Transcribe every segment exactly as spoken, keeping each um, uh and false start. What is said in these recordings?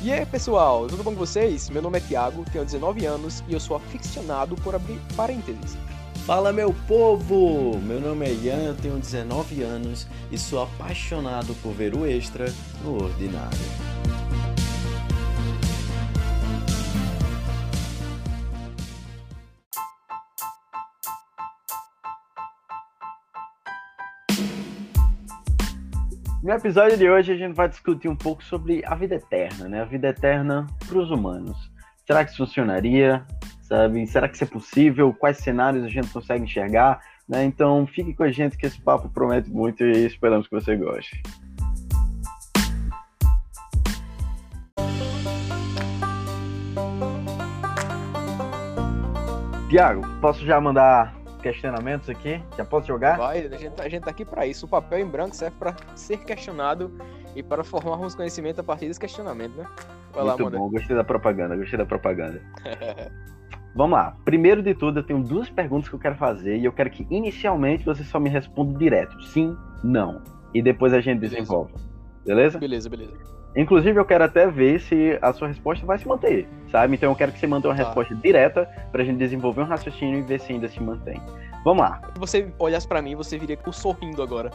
E aí, pessoal, tudo bom com vocês? Meu nome é Thiago, tenho dezenove anos e eu sou aficionado por abrir parênteses. Fala, meu povo! Meu nome é Ian, eu tenho dezenove anos e sou apaixonado por ver o extra no ordinário. No episódio de hoje a gente vai discutir um pouco sobre a vida eterna, né? A vida eterna para os humanos. Será que isso funcionaria? Sabe? Será que isso é possível? Quais cenários a gente consegue enxergar? Né? Então fique com a gente que esse papo promete muito e esperamos que você goste. Tiago, posso já mandar questionamentos aqui? Já posso jogar? Vai, a gente, a gente tá aqui para isso. O papel em branco serve para ser questionado e para formarmos conhecimento a partir desse questionamento, né? Vai Muito lá, bom, gostei da propaganda, gostei da propaganda. Vamos lá. Primeiro de tudo, eu tenho duas perguntas que eu quero fazer e eu quero que inicialmente você só me responda direto. Sim, não. E depois a gente Beleza. desenvolve. Beleza? Beleza, beleza. Inclusive, eu quero até ver se a sua resposta vai se manter, sabe? Então eu quero que você mantenha uma Tá. resposta direta pra gente desenvolver um raciocínio e ver se ainda se mantém. Vamos lá. Se você olhasse para mim, você viria com sorrindo agora.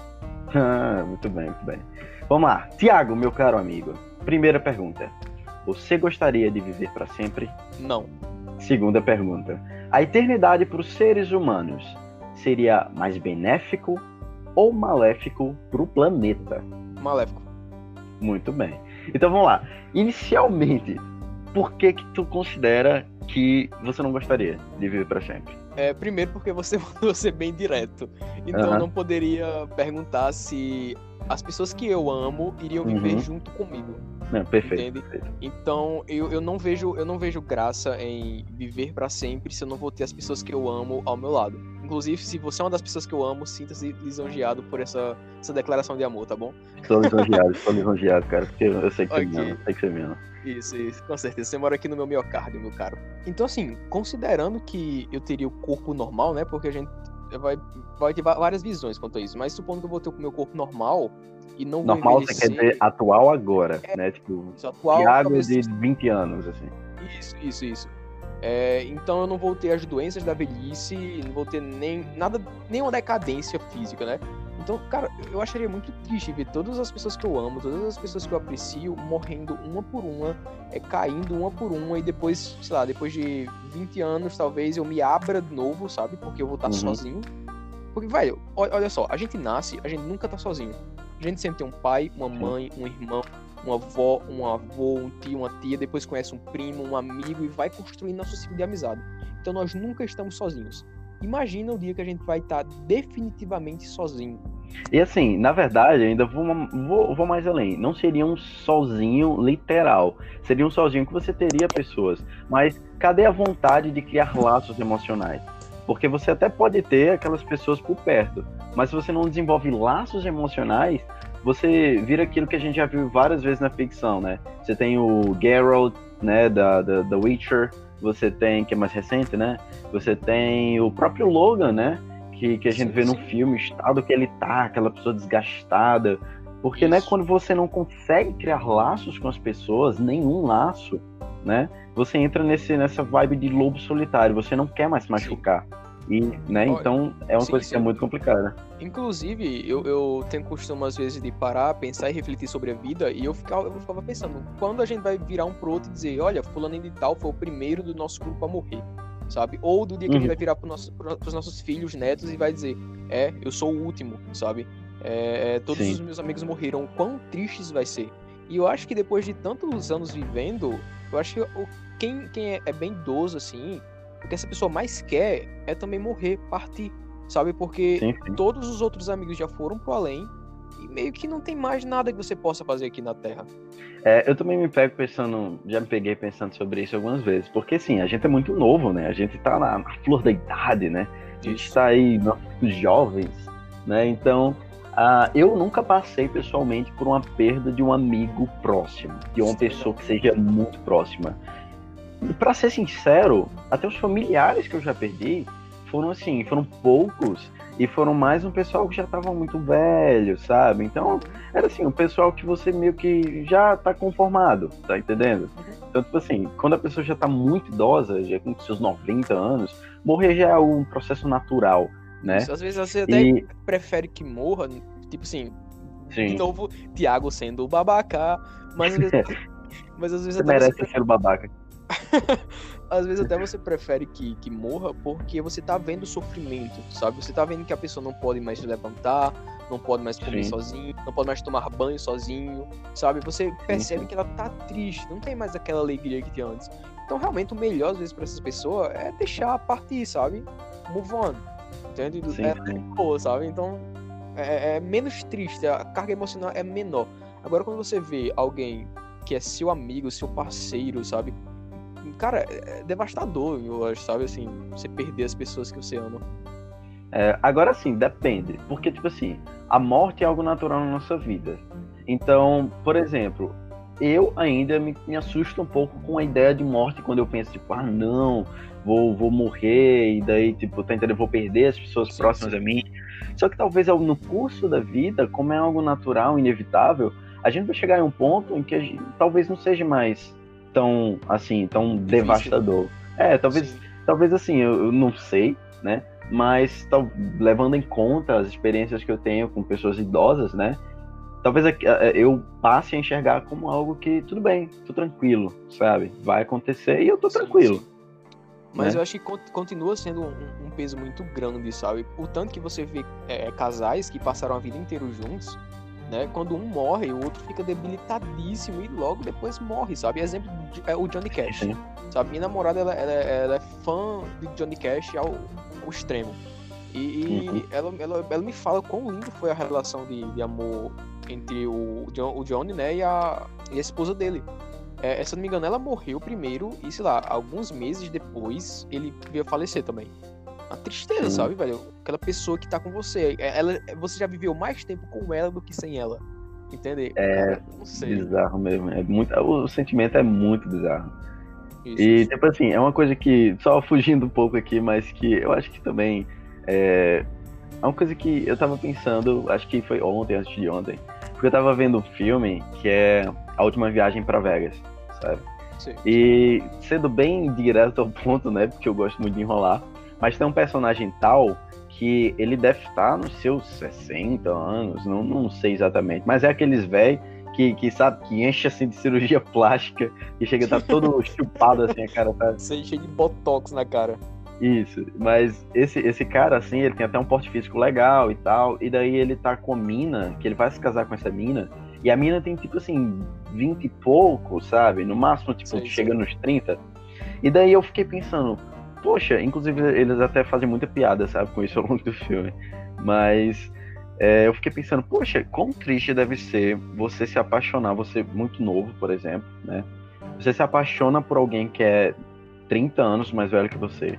Ah, muito bem, muito bem. Vamos lá. Tiago, meu caro amigo. Primeira pergunta. Você gostaria de viver para sempre? Não. Segunda pergunta. A eternidade para os seres humanos seria mais benéfico ou maléfico para o planeta? Maléfico. Muito bem. Então vamos lá. Inicialmente, por que que tu considera que você não gostaria de viver para sempre? É, primeiro porque você mandou ser bem direto. Então Aham. eu não poderia perguntar se as pessoas que eu amo iriam viver Uhum. junto comigo. Não, perfeito. Entende? perfeito. Então eu, eu não vejo eu não vejo graça em viver pra sempre se eu não vou ter as pessoas que eu amo ao meu lado. Inclusive, se você é uma das pessoas que eu amo, sinta-se lisonjeado por essa, essa declaração de amor, tá bom? Estou lisonjeado, estou lisonjeado, cara, porque eu sei que você me Ok. ama, sei que você me ama. Isso, isso, com certeza. Você mora aqui no meu miocárdio, meu caro. Então, assim, considerando que eu teria o corpo normal, né? Porque a gente vai, vai ter va- várias visões quanto a isso. Mas supondo que eu vou ter o meu corpo normal e não vou Normal, você envelhecer... quer dizer atual agora, né? Tipo, Isso, atual, Tiago talvez... de vinte anos, assim. Isso, isso, isso. É, então eu não vou ter as doenças da velhice, não vou ter nem nada, nenhuma decadência física, né? Então, cara, eu acharia muito triste ver todas as pessoas que eu amo, todas as pessoas que eu aprecio, morrendo uma por uma, é, caindo uma por uma, e depois, sei lá, depois de vinte anos, talvez eu me abra de novo, sabe? Porque eu vou estar Uhum. sozinho. Porque, velho, olha, olha só, a gente nasce, a gente nunca tá sozinho. A gente sempre tem um pai, uma mãe, um irmão, uma avó, um avô, um tio, uma tia, depois conhece um primo, um amigo e vai construindo nosso ciclo de amizade. Então nós nunca estamos sozinhos. Imagina o dia que a gente vai estar definitivamente sozinho. E assim, na verdade, ainda vou, vou, vou mais além. Não seria um sozinho literal. Seria um sozinho que você teria pessoas. Mas cadê a vontade de criar laços emocionais? Porque você até pode ter aquelas pessoas por perto. Mas se você não desenvolve laços emocionais, você vira aquilo que a gente já viu várias vezes na ficção, né? Você tem o Geralt, né, da, da, da Witcher. Você tem, que é mais recente, né? Você tem o próprio Logan, né? Que, que a gente Sim, vê no sim. filme, o estado que ele tá, aquela pessoa desgastada. Porque, né, Isso. quando você não consegue criar laços com as pessoas, nenhum laço, né? Você entra nesse, nessa vibe de lobo solitário, você não quer mais se machucar. E, né, Olha, então é uma sim, coisa que é sim. muito complicada. Inclusive, eu, eu tenho costume, às vezes, de parar, pensar e refletir sobre a vida, e eu ficava, eu ficava pensando, quando a gente vai virar um pro outro e dizer, olha, fulano de tal foi o primeiro do nosso grupo a morrer, sabe? Ou do dia que a Uhum. gente vai virar pro nosso, pro, pros nossos filhos, netos, e vai dizer, é, eu sou o último, sabe? É, é, todos Sim. os meus amigos morreram, quão triste isso vai ser? E eu acho que depois de tantos anos vivendo, eu acho que o, quem, quem é, é bem idoso, assim, o que essa pessoa mais quer é também morrer, partir, sabe? Porque Sim, sim. todos os outros amigos já foram pro além e meio que não tem mais nada que você possa fazer aqui na Terra. É, eu também me pego pensando, já me peguei pensando sobre isso algumas vezes, porque assim, a gente é muito novo, né? A gente tá na, na flor da idade, né? A gente Isso. tá aí, nossos jovens, né? Então, ah, eu nunca passei pessoalmente por uma perda de um amigo próximo, de uma Sim, pessoa que seja muito próxima. E pra ser sincero, até os familiares que eu já perdi foram assim, foram poucos, e foram mais um pessoal que já tava muito velho, sabe? Então, era assim, um pessoal que você meio que já tá conformado, tá entendendo? Então, tipo assim, quando a pessoa já tá muito idosa, já com seus noventa anos, morrer já é um processo natural, né? Isso, às vezes você até E- prefere que morra, tipo assim, de Sim, novo, Thiago sendo o babaca, mas às vezes, mas às vezes você até merece você, ser o babaca. às vezes até você prefere que, que morra porque você tá vendo o sofrimento, sabe? Você tá vendo que a pessoa não pode mais se levantar, não pode mais comer Sim. sozinho, não pode mais tomar banho sozinho, sabe? Você percebe sim. que ela tá triste, não tem mais aquela alegria que tinha antes. Então, realmente, o melhor, às vezes, pra essas pessoas é deixar partir, sabe? Move on, entende? Sim, É sim. boa, sabe? Então, é, é menos triste, a carga emocional é menor. Agora, quando você vê alguém que é seu amigo, seu parceiro, sabe? Cara, é devastador, eu acho, sabe? Assim, você perder as pessoas que você ama. É, agora sim, depende. Porque, tipo assim, a morte é algo natural na nossa vida. Então, por exemplo, eu ainda me, me assusto um pouco com a ideia de morte quando eu penso, tipo, ah, não, vou, vou morrer, e daí, tipo, tá entendendo? Vou perder as pessoas Sim, próximas sim. a mim. Só que talvez ao- no curso da vida, como é algo natural, inevitável, a gente vai chegar em um ponto em que a gente, talvez não seja mais tão, assim, tão Difícil. devastador. É, talvez, Sim. talvez assim, eu, eu não sei, né? Mas tal- levando em conta as experiências que eu tenho com pessoas idosas, né? Talvez aqui, eh, eu passe a enxergar como algo que, tudo bem, tô tranquilo, sabe? Vai acontecer e eu tô Sim, tranquilo. sim. Mas né? eu acho que con- continua sendo um, um peso muito grande, sabe? O tanto que você vê é, casais que passaram a vida inteira juntos, né? Quando um morre, o outro fica debilitadíssimo e logo depois morre, sabe? Exemplo de- é o Johnny Cash, Sim. sabe? Minha namorada, ela, ela- ela é fã de Johnny Cash ao, ao extremo. E, e Uhum. ela, ela, ela me fala quão lindo foi a relação de, de amor entre o, John, o Johnny, né, e a, e a esposa dele. É, se eu não me engano, ela morreu primeiro e, sei lá, alguns meses depois ele veio a falecer também. Uma tristeza, Sim. sabe, velho? Aquela pessoa que tá com você. é- Ela, você já viveu mais tempo com ela do que sem ela. Entende? É Cara, não sei. bizarro mesmo. É muito, o sentimento é muito bizarro. Isso, E, isso. tipo assim, é uma coisa que, só fugindo um pouco aqui, mas que eu acho que também é, é uma coisa que eu tava pensando, acho que foi ontem, antes de ontem, porque eu tava vendo um filme que é A Última Viagem pra Vegas, sabe? Sim. E sendo bem direto ao ponto, né, porque eu gosto muito de enrolar, mas tem um personagem tal que ele deve estar nos seus sessenta anos, não, não sei exatamente, mas é aqueles velhos que, que sabe, que enche assim de cirurgia plástica e chega a estar todo chupado assim, a cara tá. Cheio de botox na cara. Isso, mas esse, esse cara, assim, ele tem até um porte físico legal e tal, e daí ele tá com a mina, que ele vai se casar com essa mina, e a mina tem, tipo assim, vinte e pouco, sabe? No máximo, tipo, Sei, chega sei. nos trinta. E daí eu fiquei pensando, poxa, inclusive eles até fazem muita piada, sabe, com isso ao longo do filme, mas é, eu fiquei pensando, poxa, quão triste deve ser você se apaixonar, você muito novo, por exemplo, né? Você se apaixona por alguém que é trinta anos mais velho que você.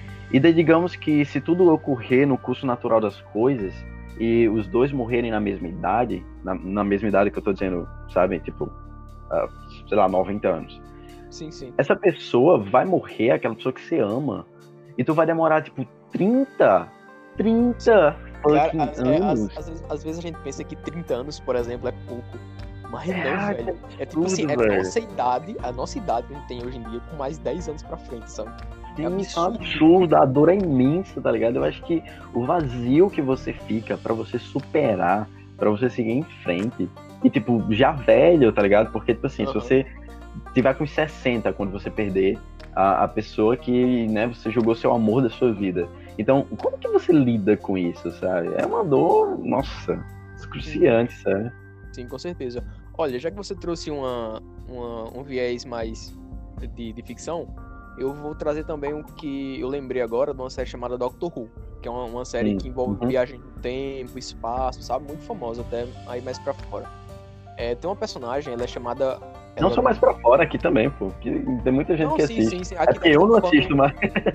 E daí, digamos que se tudo ocorrer no curso natural das coisas e os dois morrerem na mesma idade, na, na mesma idade que eu tô dizendo, sabe, tipo, uh, sei lá, noventa anos, Sim, sim. essa pessoa vai morrer, aquela pessoa que você ama, e tu vai demorar, tipo, trinta, trinta Cara, fucking às, é, às, anos. às vezes, às vezes a gente pensa que trinta anos, por exemplo, é pouco. Mas não, Ah, velho. que É tipo assim, é absurdo, velho. nossa idade, a nossa idade que a gente tem hoje em dia, com mais dez anos pra frente, sabe? Sim, É isso é um absurdo. absurdo, a dor é imensa, tá ligado? Eu acho que o vazio que você fica pra você superar, pra você seguir em frente, e tipo, já velho, tá ligado? Porque, tipo assim, Aham. se você tiver com sessenta quando você perder a, a pessoa que, né, você jogou seu amor da sua vida. Então, como que você lida com isso, sabe? É uma dor, nossa, excruciante, sabe? Sim, com certeza. Olha, já que você trouxe uma, uma- um viés mais de, de ficção, eu vou trazer também um que eu lembrei agora de uma série chamada Doctor Who, que é uma, uma série Sim, que envolve uhum. viagem no tempo, espaço, sabe? Muito famosa até aí mais pra fora. É, tem uma personagem, ela é chamada... Não ela- só mais pra fora, aqui também, pô. Que tem muita gente Não, que sim, assiste. sim, sim. É Aqui, porque aqui eu tá não falando- assisto, mas...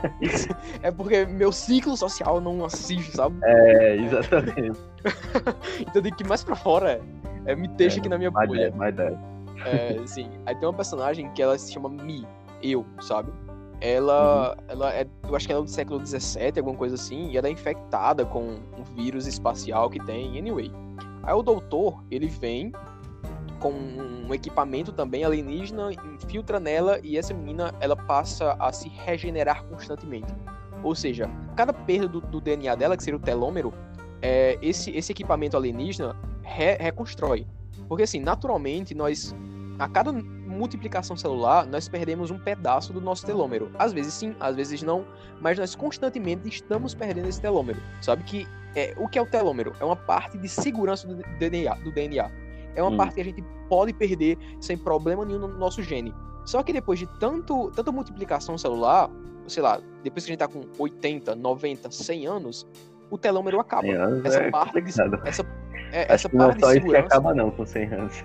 É porque meu ciclo social não assiste, sabe? É, exatamente. Então tem que ir mais pra fora. É, me deixa É, aqui na minha My bolha. bad, my bad. É, sim. Aí tem uma personagem que ela se chama Mi, eu, sabe? ela, uhum. ela é, eu acho que ela é do século dezessete, alguma coisa assim, e ela é infectada com um vírus espacial que tem, anyway. Aí o doutor, ele vem com um equipamento também alienígena, infiltra nela e essa menina, ela passa a se regenerar constantemente. Ou seja, cada perda do, do D N A dela, que seria o telômero, é, esse, esse equipamento alienígena re, reconstrói. Porque assim, naturalmente, nós, a cada multiplicação celular, nós perdemos um pedaço do nosso telômero. Às vezes sim, às vezes não, mas nós constantemente estamos perdendo esse telômero. Sabe que é, o que é o telômero? É uma parte de segurança do D N A. Do D N A. É uma hum. parte que a gente pode perder sem problema nenhum no nosso gene. Só que depois de tanto, tanta multiplicação celular, sei lá, depois que a gente tá com oitenta, noventa, cem anos, o telômero acaba. Essa é parte de, essa, é, Acho essa que não parte é só de isso segurança. que acaba não com cem anos.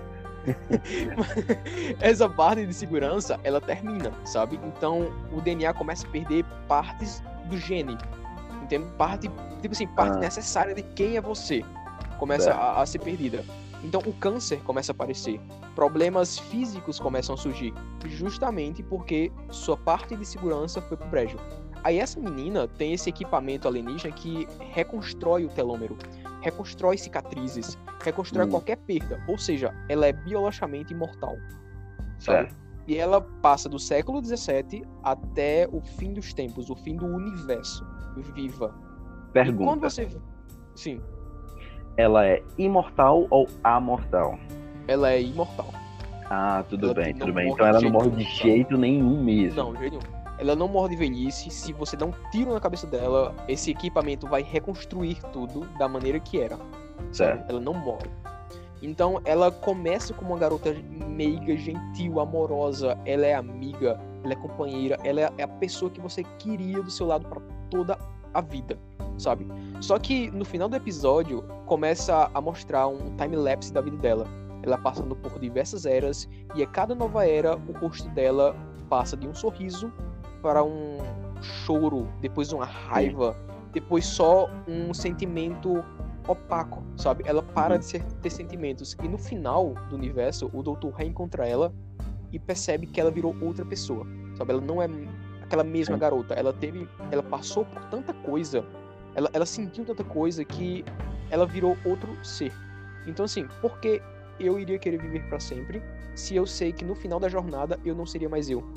Essa parte de segurança, ela termina, sabe? Então, o D N A começa a perder partes do gene. Entende? Parte, tipo assim, parte ah. necessária de quem é você. Começa a, a ser perdida. Então, o câncer começa a aparecer. Problemas físicos começam a surgir. Justamente porque sua parte de segurança foi pro brejo. Aí essa menina tem esse equipamento alienígena que reconstrói o telômero. Reconstrói cicatrizes. Reconstrói hum. qualquer perda. Ou seja, ela é biologicamente imortal. Sabe? É. E ela passa do século dezessete até o fim dos tempos. O fim do universo. Viva. Pergunta. E quando você... Sim. Ela é imortal ou amortal? Ela é imortal. Ah, tudo ela bem, tudo bem. Então ela não morre de jeito nenhum mesmo. Não, de jeito nenhum. Ela não morre de velhice. Se você dar um tiro na cabeça dela, esse equipamento vai reconstruir tudo da maneira que era. Certo. Ela não morre. Então ela começa como uma garota meiga, gentil, amorosa. Ela é amiga, ela é companheira, ela é a pessoa que você queria do seu lado para toda a vida, sabe? Só que no final do episódio começa a mostrar um time-lapse da vida dela. Ela passando por diversas eras e a cada nova era o rosto dela passa de um sorriso para um choro, depois uma raiva, depois só um sentimento opaco, sabe? Ela para uhum. de ser, ter sentimentos e no final do universo o doutor reencontra ela e percebe que ela virou outra pessoa, sabe? Ela não é aquela mesma Sim. garota. Ela teve, ela passou por tanta coisa, ela, ela sentiu tanta coisa que ela virou outro ser. Então assim, por que eu iria querer viver para sempre se eu sei que no final da jornada eu não seria mais eu?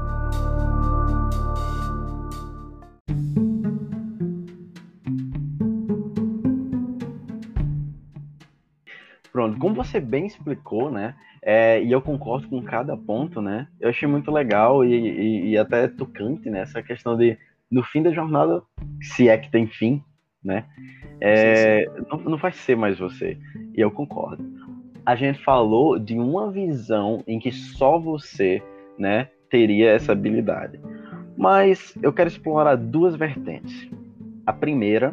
Pronto, como você bem explicou, né, é, e eu concordo com cada ponto, né, eu achei muito legal e, e, e até tocante, né, essa questão de, no fim da jornada, se é que tem fim, né, é, sim, sim. Não, não vai ser mais você, e eu concordo. A gente falou de uma visão em que só você, né, teria essa habilidade, mas eu quero explorar duas vertentes. A primeira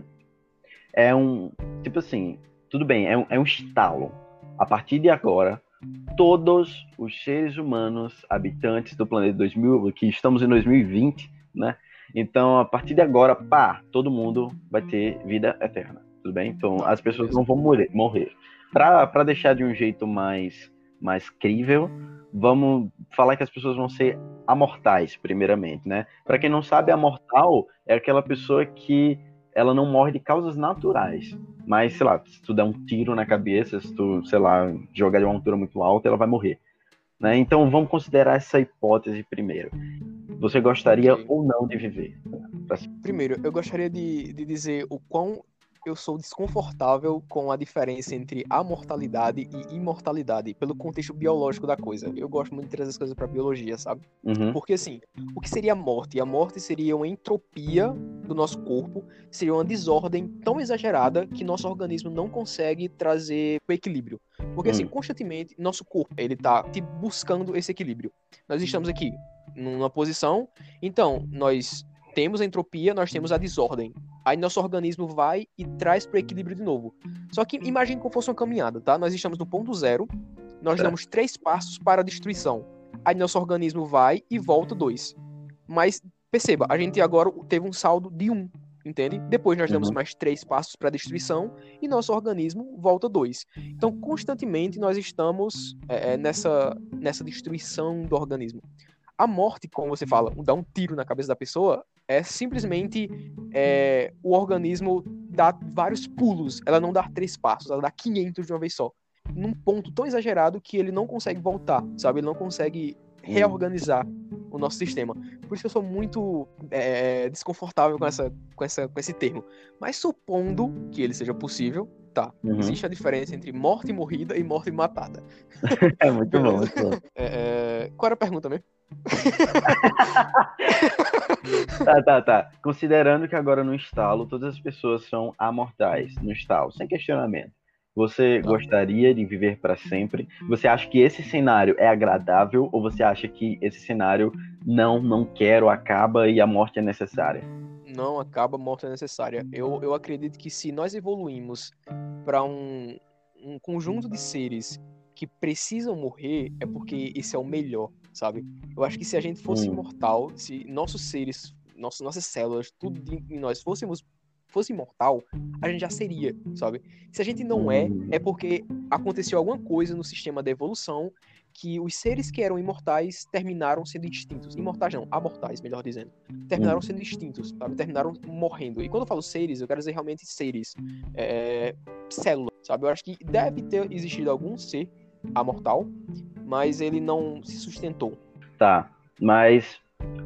é um, tipo assim, tudo bem, é um, é um estalo. A partir de agora, todos os seres humanos habitantes do planeta dois mil, que estamos em dois mil e vinte, né? Então, a partir de agora, pá, todo mundo vai ter vida eterna, tudo bem? Então, as pessoas não vão morrer. morrer. Para deixar de um jeito mais, mais crível, vamos falar que as pessoas vão ser amortais, primeiramente, né? Para quem não sabe, amortal é aquela pessoa que ela não morre de causas naturais. Mas, sei lá, se tu der um tiro na cabeça, se tu, sei lá, jogar de uma altura muito alta, ela vai morrer. Né? Então, vamos considerar essa hipótese primeiro. Você gostaria okay. ou não de viver? Primeiro, eu gostaria de, de dizer o quão eu sou desconfortável com a diferença entre amortalidade e imortalidade, pelo contexto biológico da coisa. Eu gosto muito de trazer as coisas pra biologia, sabe? Uhum. Porque, assim, o que seria a morte? A morte seria uma entropia do nosso corpo, seria uma desordem tão exagerada que nosso organismo não consegue trazer o equilíbrio. Porque, assim, uhum. constantemente, nosso corpo, ele tá buscando esse equilíbrio. Nós estamos aqui numa posição, então, nós temos a entropia, nós temos a desordem. Aí nosso organismo vai e traz para o equilíbrio de novo. Só que imagine como fosse uma caminhada, tá? Nós estamos no ponto zero, nós é. damos três passos para a destruição. Aí nosso organismo vai e volta dois. Mas perceba, a gente agora teve um saldo de um, entende? Depois nós damos uhum. mais três passos para a destruição e nosso organismo volta dois. Então constantemente nós estamos é, nessa, nessa destruição do organismo. A morte, como você fala, dar um tiro na cabeça da pessoa, é simplesmente é, o organismo dar vários pulos. Ela não dá três passos, ela dá quinhentos de uma vez só. Num ponto tão exagerado que ele não consegue voltar, sabe? Ele não consegue reorganizar o nosso sistema. Por isso que eu sou muito é, desconfortável com, essa, com, essa, com esse termo. Mas supondo que ele seja possível, tá. Uhum. Existe a diferença entre morte morrida e morte matada. É muito bom, muito bom. É, é... Qual era a pergunta mesmo? Tá, tá, tá. Considerando que agora no estalo todas as pessoas são amortais, no estalo, sem questionamento. Você Tá. gostaria de viver para sempre? Você acha que esse cenário é agradável ou você acha que esse cenário não, não quero, acaba e a morte é necessária? Não acaba, a morte é necessária. Eu, eu acredito que se nós evoluímos para um, um conjunto de seres que precisam morrer, é porque esse é o melhor, sabe? Eu acho que se a gente fosse Hum. imortal, se nossos seres, nossos, nossas células, tudo em nós fôssemos fosse imortal, a gente já seria, sabe? Se a gente não é, Hum. é porque aconteceu alguma coisa no sistema da evolução que os seres que eram imortais terminaram sendo extintos. Imortais não, amortais, melhor dizendo. Terminaram Hum. sendo extintos, sabe? Terminaram morrendo. E quando eu falo seres, eu quero dizer realmente seres. É... Células, sabe? Eu acho que deve ter existido algum ser amortal, mas ele não se sustentou. Tá, mas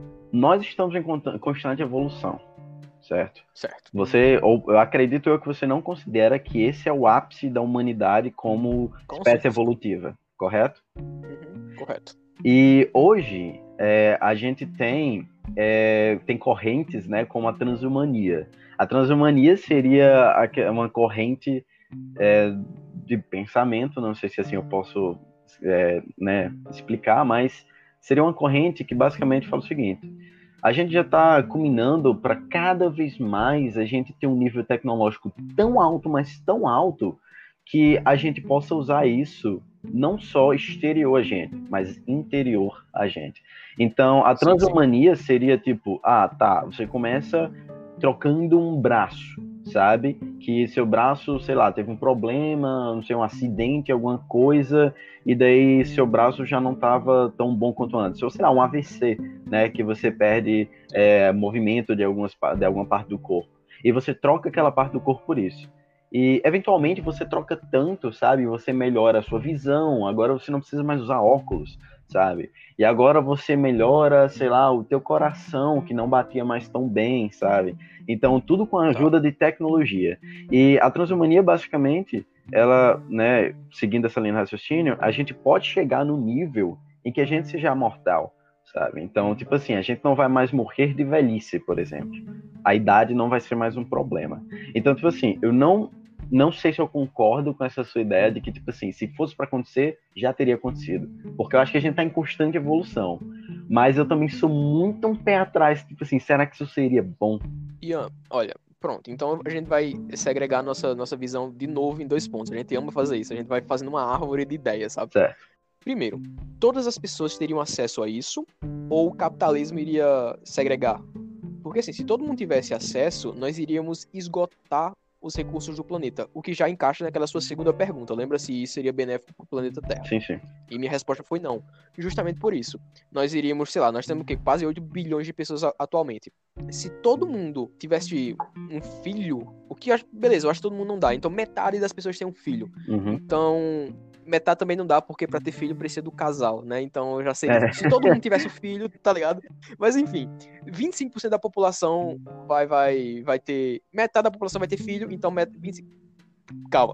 nós estamos em constante evolução, certo? Certo. Você, ou eu acredito eu que você não considera que esse é o ápice da humanidade como Com espécie certeza. evolutiva, correto? Uhum, correto. E hoje é, a gente tem, é, tem correntes, né, como a transhumania. A transhumania seria uma corrente é, de pensamento, não sei se assim eu posso é, né, explicar, mas seria uma corrente que basicamente fala o seguinte: a gente já está culminando para cada vez mais a gente ter um nível tecnológico tão alto, mas tão alto, que a gente possa usar isso não só exterior a gente, mas interior a gente. Então, a transhumania seria tipo, ah, tá, você começa trocando um braço, sabe? Que seu braço, sei lá, teve um problema, não sei, um acidente, alguma coisa, e daí seu braço já não estava tão bom quanto antes. Ou, sei lá, um A V C, né? Que você perde é, movimento de, algumas, de alguma parte do corpo. E você troca aquela parte do corpo por isso. E, eventualmente, você troca tanto, sabe? Você melhora a sua visão, agora você não precisa mais usar óculos, sabe? E agora você melhora, sei lá, o teu coração, que não batia mais tão bem, sabe? Então, tudo com a ajuda de tecnologia. E a transhumania, basicamente, ela, né, seguindo essa linha de raciocínio, a gente pode chegar no nível em que a gente seja mortal, sabe? Então, tipo assim, a gente não vai mais morrer de velhice, por exemplo. A idade não vai ser mais um problema. Então, tipo assim, eu não... Não sei se eu concordo com essa sua ideia de que, tipo assim, se fosse para acontecer, já teria acontecido. Porque eu acho que a gente tá em constante evolução. Mas eu também sou muito um pé atrás, tipo assim, será que isso seria bom? Ian, olha, pronto. Então a gente vai segregar nossa, nossa visão de novo em dois pontos. A gente ama fazer isso. A gente vai fazendo uma árvore de ideias, sabe? Certo. Primeiro, todas as pessoas teriam acesso a isso ou o capitalismo iria segregar? Porque assim, se todo mundo tivesse acesso, nós iríamos esgotar os recursos do planeta, o que já encaixa naquela sua segunda pergunta. Lembra se isso seria benéfico para o planeta Terra? Sim, sim. E minha resposta foi não. Justamente por isso. Nós iríamos, sei lá, nós temos o quê? Quase oito bilhões de pessoas atualmente. Se todo mundo tivesse um filho, o que eu acho, beleza, eu acho que todo mundo não dá. Então metade das pessoas tem um filho. Uhum. Então, metade também não dá, porque pra ter filho precisa do casal, né? Então eu já sei. É. Se todo mundo tivesse um filho, tá ligado? Mas enfim, vinte e cinco por cento da população vai, vai, vai ter. Metade da população vai ter filho, então met... vinte e cinco... Calma.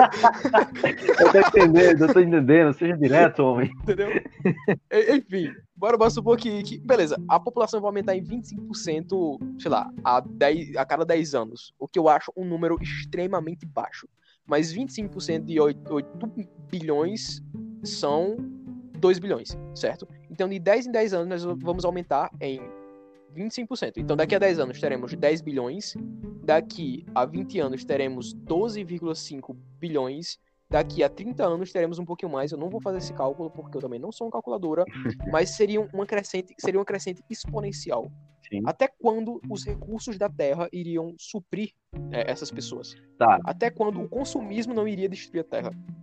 Eu tô entendendo, eu tô entendendo, seja direto, homem. Entendeu? Enfim, bora, bora supor que, que. Beleza, a população vai aumentar em vinte e cinco por cento, sei lá, a, dez, a cada dez anos. O que eu acho um número extremamente baixo. Mas vinte e cinco por cento de oito bilhões são dois bilhões, certo? Então de dez em dez anos nós vamos aumentar em vinte e cinco por cento. Então daqui a dez anos teremos dez bilhões, daqui a vinte anos teremos doze vírgula cinco bilhões, daqui a trinta anos teremos um pouquinho mais. Eu não vou fazer esse cálculo porque eu também não sou uma calculadora, mas seria uma crescente, seria uma crescente exponencial. Sim. Até quando os recursos da Terra iriam suprir é, essas pessoas? Tá. Até quando o consumismo não iria destruir a Terra?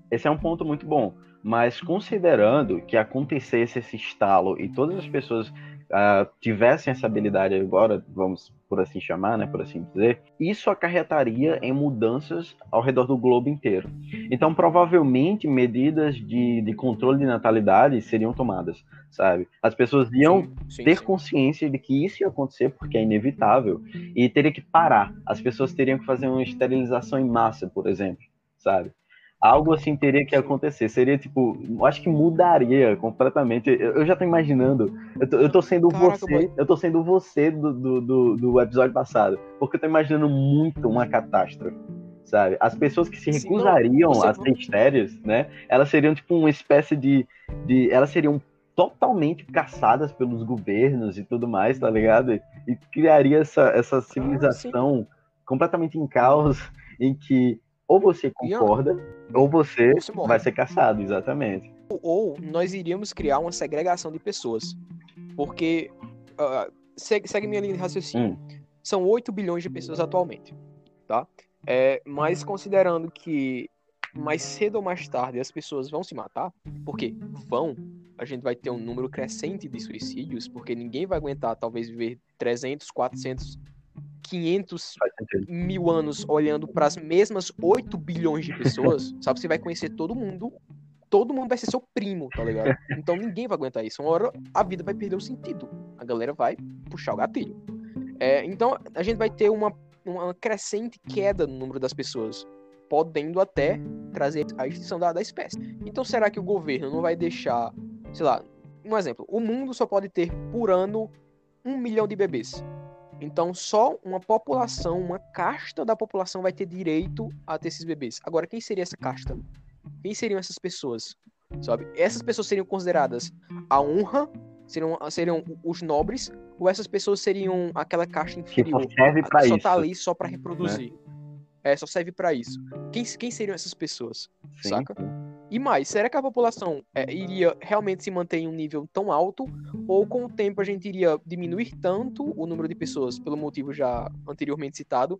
esse é um ponto muito bom. Mas considerando que acontecesse esse estalo e todas as pessoas uh, tivessem essa habilidade agora, vamos por assim chamar, né, por assim dizer, isso acarretaria em mudanças ao redor do globo inteiro. Então, provavelmente, medidas de, de controle de natalidade seriam tomadas, sabe? As pessoas iam Sim, sim, ter sim. consciência de que isso ia acontecer porque é inevitável e teria que parar. As pessoas teriam que fazer uma esterilização em massa, por exemplo, sabe? Algo assim teria que Sim. acontecer. Seria tipo, eu acho que mudaria completamente. Eu, eu já tô imaginando. Eu tô, eu tô sendo Caraca, você. boy. Eu tô sendo você do, do, do, do episódio passado. Porque eu tô imaginando muito uma catástrofe. Sabe? As pessoas que se Sim, não, recusariam você. a ser estéreis, né? Elas seriam tipo uma espécie de. de elas seriam totalmente caçadas pelos governos e tudo mais, tá ligado? E criaria essa, essa Cara, sim. civilização completamente em caos, em que ou você Ian, concorda, ou você ou você vai morre. ser caçado, exatamente. Ou nós iríamos criar uma segregação de pessoas. Porque, uh, segue, segue minha linha de raciocínio. Hum. São oito bilhões de pessoas atualmente, tá? É, mas considerando que mais cedo ou mais tarde as pessoas vão se matar, porque vão, a gente vai ter um número crescente de suicídios, porque ninguém vai aguentar talvez viver trezentos, quatrocentos, quinhentos mil anos olhando para as mesmas oito bilhões de pessoas, sabe? Você vai conhecer todo mundo, todo mundo vai ser seu primo, tá ligado? Então ninguém vai aguentar isso. Uma hora a vida vai perder o sentido. A galera vai puxar o gatilho. É, então a gente vai ter uma, uma crescente queda no número das pessoas, podendo até trazer a extinção da, da espécie. Então será que o governo não vai deixar, sei lá, um exemplo, o mundo só pode ter por ano um milhão de bebês. Então só uma população, uma casta da população vai ter direito a ter esses bebês. Agora, quem seria essa casta? Quem seriam essas pessoas? Sabe? Essas pessoas seriam consideradas a honra, seriam, seriam os nobres, ou essas pessoas seriam aquela caixa Que só inferior, serve a pra que só isso. tá ali só pra reproduzir. É, só serve pra isso. Quem, quem seriam essas pessoas? Sim. Saca? E mais, será que a população é, iria realmente se manter em um nível tão alto, ou com o tempo a gente iria diminuir tanto o número de pessoas, pelo motivo já anteriormente citado,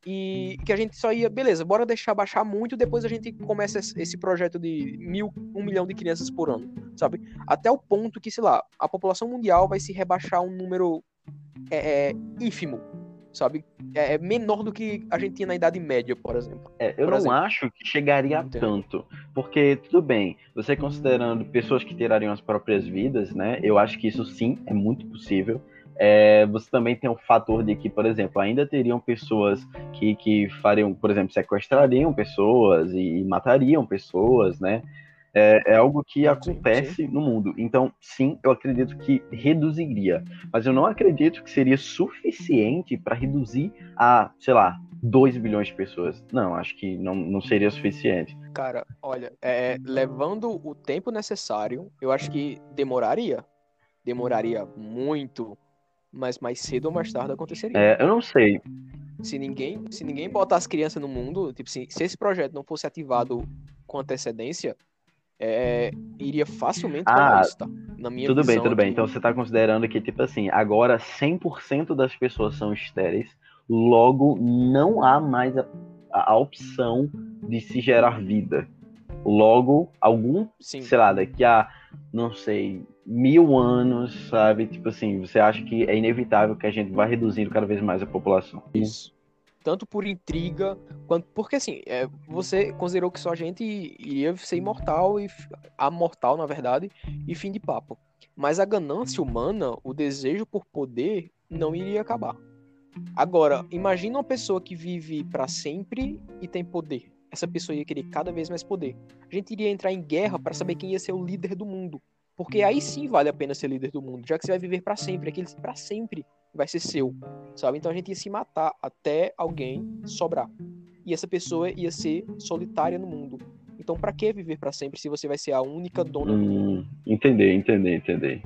e que a gente só ia, beleza, bora deixar baixar muito, depois a gente começa esse projeto de mil, um milhão de crianças por ano, sabe? Até o ponto que, sei lá, a população mundial vai se rebaixar a um número é, é, ínfimo, sabe? É menor do que a gente tinha na Idade Média, por exemplo. É, eu por não exemplo. acho que chegaria a Entendeu? tanto, porque tudo bem, você considerando pessoas que tirariam as próprias vidas, né? Eu acho que isso sim é muito possível. É, você também tem o fator de que, por exemplo, ainda teriam pessoas que, que fariam, por exemplo, sequestrariam pessoas e, e matariam pessoas, né? É, é algo que acontece sim, sim. no mundo. Então, sim, eu acredito que reduziria. Mas eu não acredito que seria suficiente para reduzir a, sei lá, dois bilhões de pessoas. Não, acho que não, não seria suficiente. Cara, olha, é, levando o tempo necessário, eu acho que demoraria. Demoraria muito, mas mais cedo ou mais tarde aconteceria. É, eu não sei. Se ninguém, se ninguém botar as crianças no mundo, tipo, se, se esse projeto não fosse ativado com antecedência, é, iria facilmente rolar Ah, isso, tá? Na minha tudo bem, visão tudo bem. aqui. Então você está considerando que, tipo assim, agora cem por cento das pessoas são estéreis, logo não há mais a, a opção de se gerar vida. Logo, algum, Sim. sei lá, daqui a, não sei, mil anos, sabe? Tipo assim, você acha que é inevitável que a gente vá reduzindo cada vez mais a população. Isso. Tanto por intriga, quanto. Porque assim, é, você considerou que só a gente iria ser imortal e amortal, na verdade, e fim de papo. Mas a ganância humana, o desejo por poder, não iria acabar. Agora, imagina uma pessoa que vive para sempre e tem poder. Essa pessoa ia querer cada vez mais poder. A gente iria entrar em guerra para saber quem ia ser o líder do mundo. Porque aí sim vale a pena ser líder do mundo, já que você vai viver para sempre, aquele para sempre vai ser seu, sabe? Então a gente ia se matar até alguém sobrar. E essa pessoa ia ser solitária no mundo. Então para que viver para sempre se você vai ser a única dona hum, do mundo? Entender, entender, entender.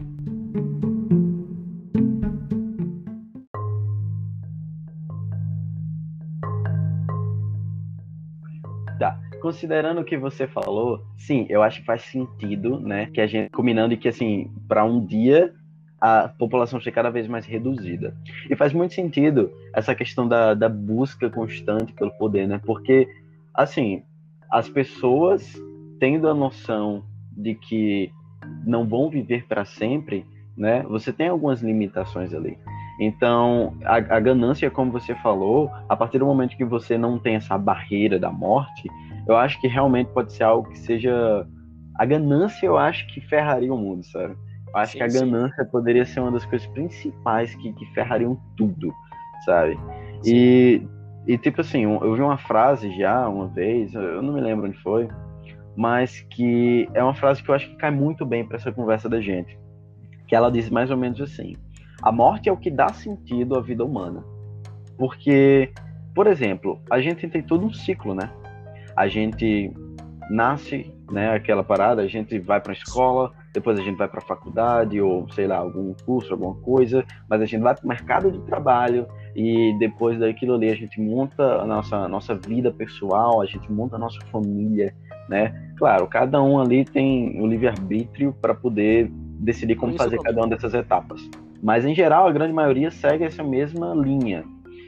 Tá. Considerando o que você falou, sim, eu acho que faz sentido, né? Que a gente combinando que, assim, para um dia a população ser cada vez mais reduzida. E faz muito sentido essa questão da, da busca constante pelo poder, né? Porque, assim, as pessoas tendo a noção de que não vão viver para sempre, né? Você tem algumas limitações ali. Então, a, a ganância, como você falou, a partir do momento que você não tem essa barreira da morte, eu acho que realmente pode ser algo que seja... A ganância, eu acho que ferraria o mundo, sabe? Eu acho Sim, que a sim. ganância poderia ser uma das coisas principais que, que ferrariam tudo, sabe? Sim. E, e, tipo assim, eu vi uma frase já uma vez, eu não me lembro onde foi, mas que é uma frase que eu acho que cai muito bem para essa conversa da gente. Que ela diz mais ou menos assim: a morte é o que dá sentido à vida humana. Porque, por exemplo, a gente tem todo um ciclo, né? A gente nasce, né, aquela parada, a gente vai para a escola, depois a gente vai para a faculdade, ou sei lá, algum curso, alguma coisa, mas a gente vai para o mercado de trabalho, e depois daquilo ali a gente monta a nossa, a nossa vida pessoal, a gente monta a nossa família, né? Claro, cada um ali tem o livre-arbítrio para poder decidir como Isso fazer também. cada uma dessas etapas. Mas, em geral, a grande maioria segue essa mesma linha.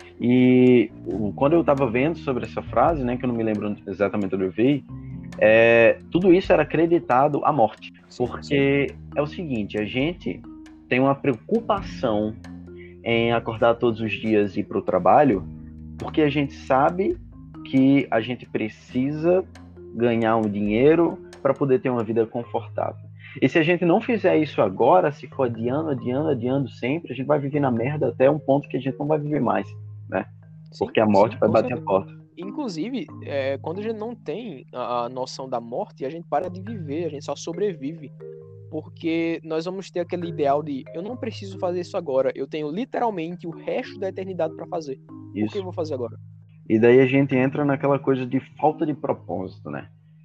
E quando eu estava vendo sobre essa frase, né, que eu não me lembro exatamente onde eu vi, é, tudo isso era acreditado à morte. Sim, Porque sim. É o seguinte, a gente tem uma preocupação em acordar todos os dias e ir para o trabalho, porque a gente sabe que a gente precisa ganhar um dinheiro para poder ter uma vida confortável. E se a gente não fizer isso agora, se for adiando, adiando, adiando sempre, a gente vai viver na merda até um ponto que a gente não vai viver mais, né? Sim, porque a morte sim, vai com bater certeza. a porta. Inclusive, é, quando a gente não tem a, a noção da morte, a gente para de viver, a gente só sobrevive. Porque nós vamos ter aquele ideal de eu não preciso fazer isso agora, eu tenho literalmente o resto da eternidade para fazer. Por Isso. que eu vou fazer agora? E daí a gente entra naquela coisa de falta de propósito, né?